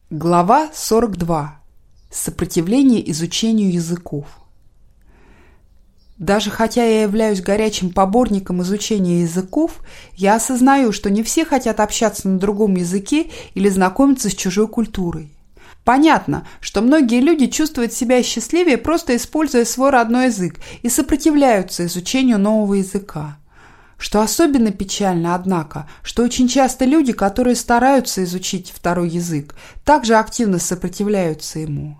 Глава 42. Сопротивление изучению языков. Даже хотя я являюсь горячим поборником изучения языков, я осознаю, что не все хотят общаться на другом языке или знакомиться с чужой культурой. Понятно, что многие люди чувствуют себя счастливее, просто используя свой родной язык, и сопротивляются изучению нового языка. Что особенно печально, однако, что очень часто люди, которые стараются изучить второй язык, также активно сопротивляются ему.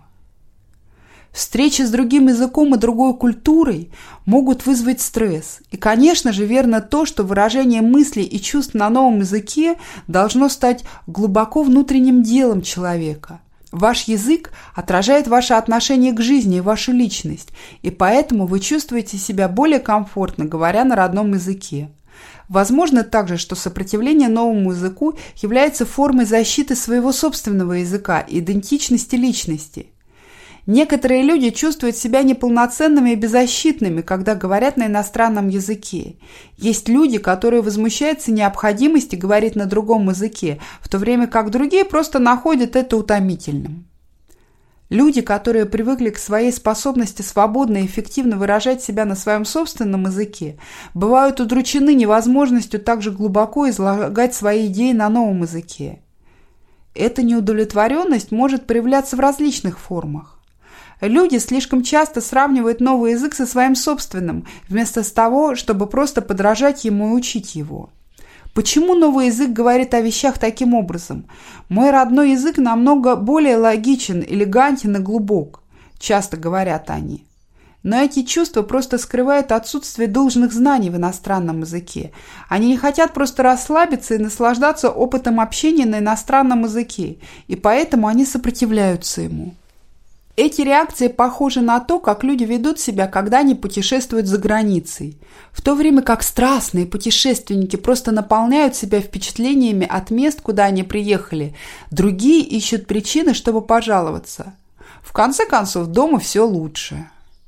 Встречи с другим языком и другой культурой могут вызвать стресс. И, конечно же, верно то, что выражение мыслей и чувств на новом языке должно стать глубоко внутренним делом человека. Ваш язык отражает ваше отношение к жизни и вашу личность, и поэтому вы чувствуете себя более комфортно, говоря на родном языке. Возможно также, что сопротивление новому языку является формой защиты своего собственного языка и идентичности личности. Некоторые люди чувствуют себя неполноценными и беззащитными, когда говорят на иностранном языке. Есть люди, которые возмущаются необходимости говорить на другом языке, в то время как другие просто находят это утомительным. Люди, которые привыкли к своей способности свободно и эффективно выражать себя на своем собственном языке, бывают удручены невозможностью так же глубоко излагать свои идеи на новом языке. Эта неудовлетворенность может проявляться в различных формах. Люди слишком часто сравнивают новый язык со своим собственным, вместо того, чтобы просто подражать ему и учить его. Почему новый язык говорит о вещах таким образом? Мой родной язык намного более логичен, элегантен и глубок, часто говорят они. Но эти чувства просто скрывают отсутствие должных знаний в иностранном языке. Они не хотят просто расслабиться и наслаждаться опытом общения на иностранном языке, и поэтому они сопротивляются ему. Эти реакции похожи на то, как люди ведут себя, когда они путешествуют за границей. В то время как страстные путешественники просто наполняют себя впечатлениями от мест, куда они приехали, другие ищут причины, чтобы пожаловаться. В конце концов, дома все лучше.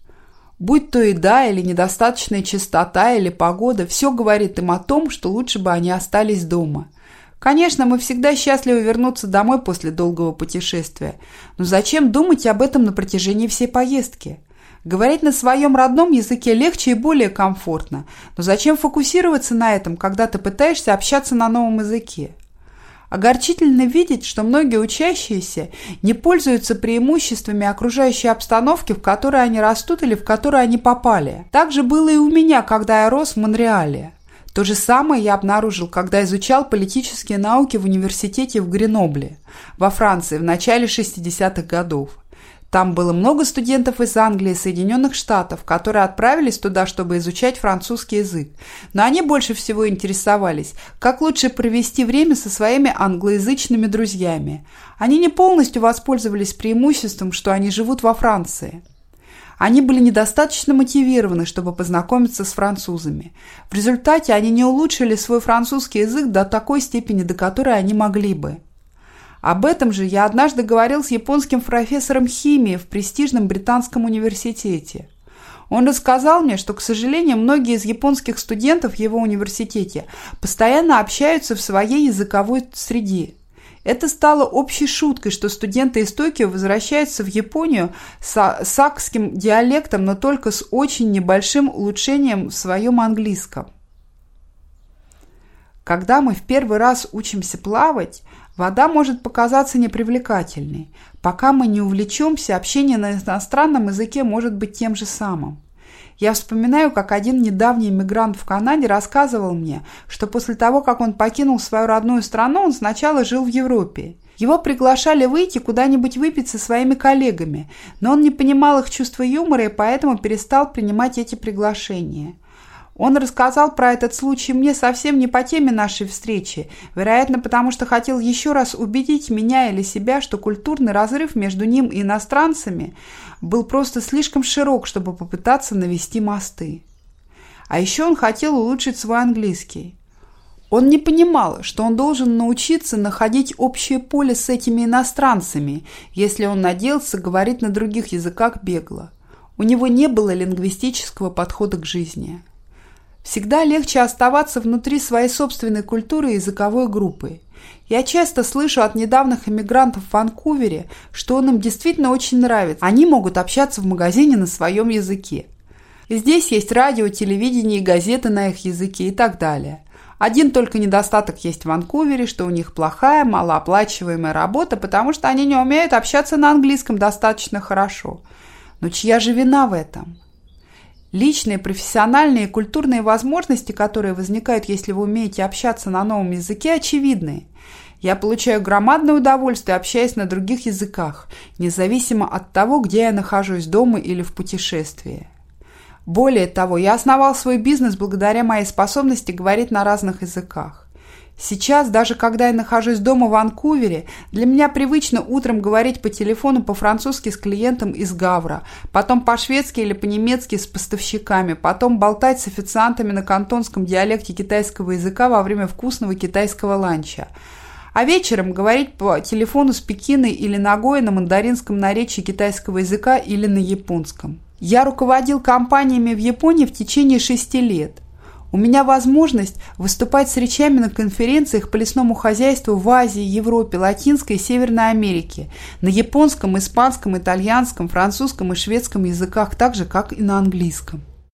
Будь то еда или недостаточная чистота или погода, все говорит им о том, что лучше бы они остались дома. Конечно, мы всегда счастливы вернуться домой после долгого путешествия, но зачем думать об этом на протяжении всей поездки? Говорить на своем родном языке легче и более комфортно, но зачем фокусироваться на этом, когда ты пытаешься общаться на новом языке? Огорчительно видеть, что многие учащиеся не пользуются преимуществами окружающей обстановки, в которой они растут или в которой они попали. Так же было и у меня, когда я рос в Монреале. То же самое я обнаружил, когда изучал политические науки в университете в Гренобле, во Франции, в начале 60-х годов. Там было много студентов из Англии и Соединенных Штатов, которые отправились туда, чтобы изучать французский язык. Но они больше всего интересовались, как лучше провести время со своими англоязычными друзьями. Они не полностью воспользовались преимуществом, что они живут во Франции. Они были недостаточно мотивированы, чтобы познакомиться с французами. В результате они не улучшили свой французский язык до такой степени, до которой они могли бы. Об этом же я однажды говорил с японским профессором химии в престижном британском университете. Он рассказал мне, что, к сожалению, многие из японских студентов в его университете постоянно общаются в своей языковой среде. Это стало общей шуткой, что студенты из Токио возвращаются в Японию с сакским диалектом, но только с очень небольшим улучшением в своем английском. Когда мы в первый раз учимся плавать, вода может показаться непривлекательной. Пока мы не увлечемся, общение на иностранном языке может быть тем же самым. Я вспоминаю, как один недавний иммигрант в Канаде рассказывал мне, что после того, как он покинул свою родную страну, он сначала жил в Европе. Его приглашали выйти куда-нибудь выпить со своими коллегами, но он не понимал их чувства юмора и поэтому перестал принимать эти приглашения. Он рассказал про этот случай мне совсем не по теме нашей встречи, вероятно, потому что хотел еще раз убедить меня или себя, что культурный разрыв между ним и иностранцами был просто слишком широк, чтобы попытаться навести мосты. А еще он хотел улучшить свой английский. Он не понимал, что он должен научиться находить общее поле с этими иностранцами, если он надеялся говорить на других языках бегло. У него не было лингвистического подхода к жизни. Всегда легче оставаться внутри своей собственной культуры и языковой группы. Я часто слышу от недавних иммигрантов в Ванкувере, что он им действительно очень нравится. Они могут общаться в магазине на своем языке. И здесь есть радио, телевидение и газеты на их языке и так далее. Один только недостаток есть в Ванкувере, что у них плохая, малооплачиваемая работа, потому что они не умеют общаться на английском достаточно хорошо. Но чья же вина в этом? Личные, профессиональные и культурные возможности, которые возникают, если вы умеете общаться на новом языке, очевидны. Я получаю громадное удовольствие, общаясь на других языках, независимо от того, где я нахожусь, дома или в путешествии. Более того, я основал свой бизнес благодаря моей способности говорить на разных языках. Сейчас, даже когда я нахожусь дома в Ванкувере, для меня привычно утром говорить по телефону по-французски с клиентом из Гавра, потом по-шведски или по-немецки с поставщиками, потом болтать с официантами на кантонском диалекте китайского языка во время вкусного китайского ланча. А вечером говорить по телефону с Пекина или Нагоя на мандаринском наречии китайского языка или на японском. Я руководил компаниями в Японии в течение 6 лет. У меня возможность выступать с речами на конференциях по лесному хозяйству в Азии, Европе, Латинской и Северной Америке, на японском, испанском, итальянском, французском и шведском языках, так же, как и на английском.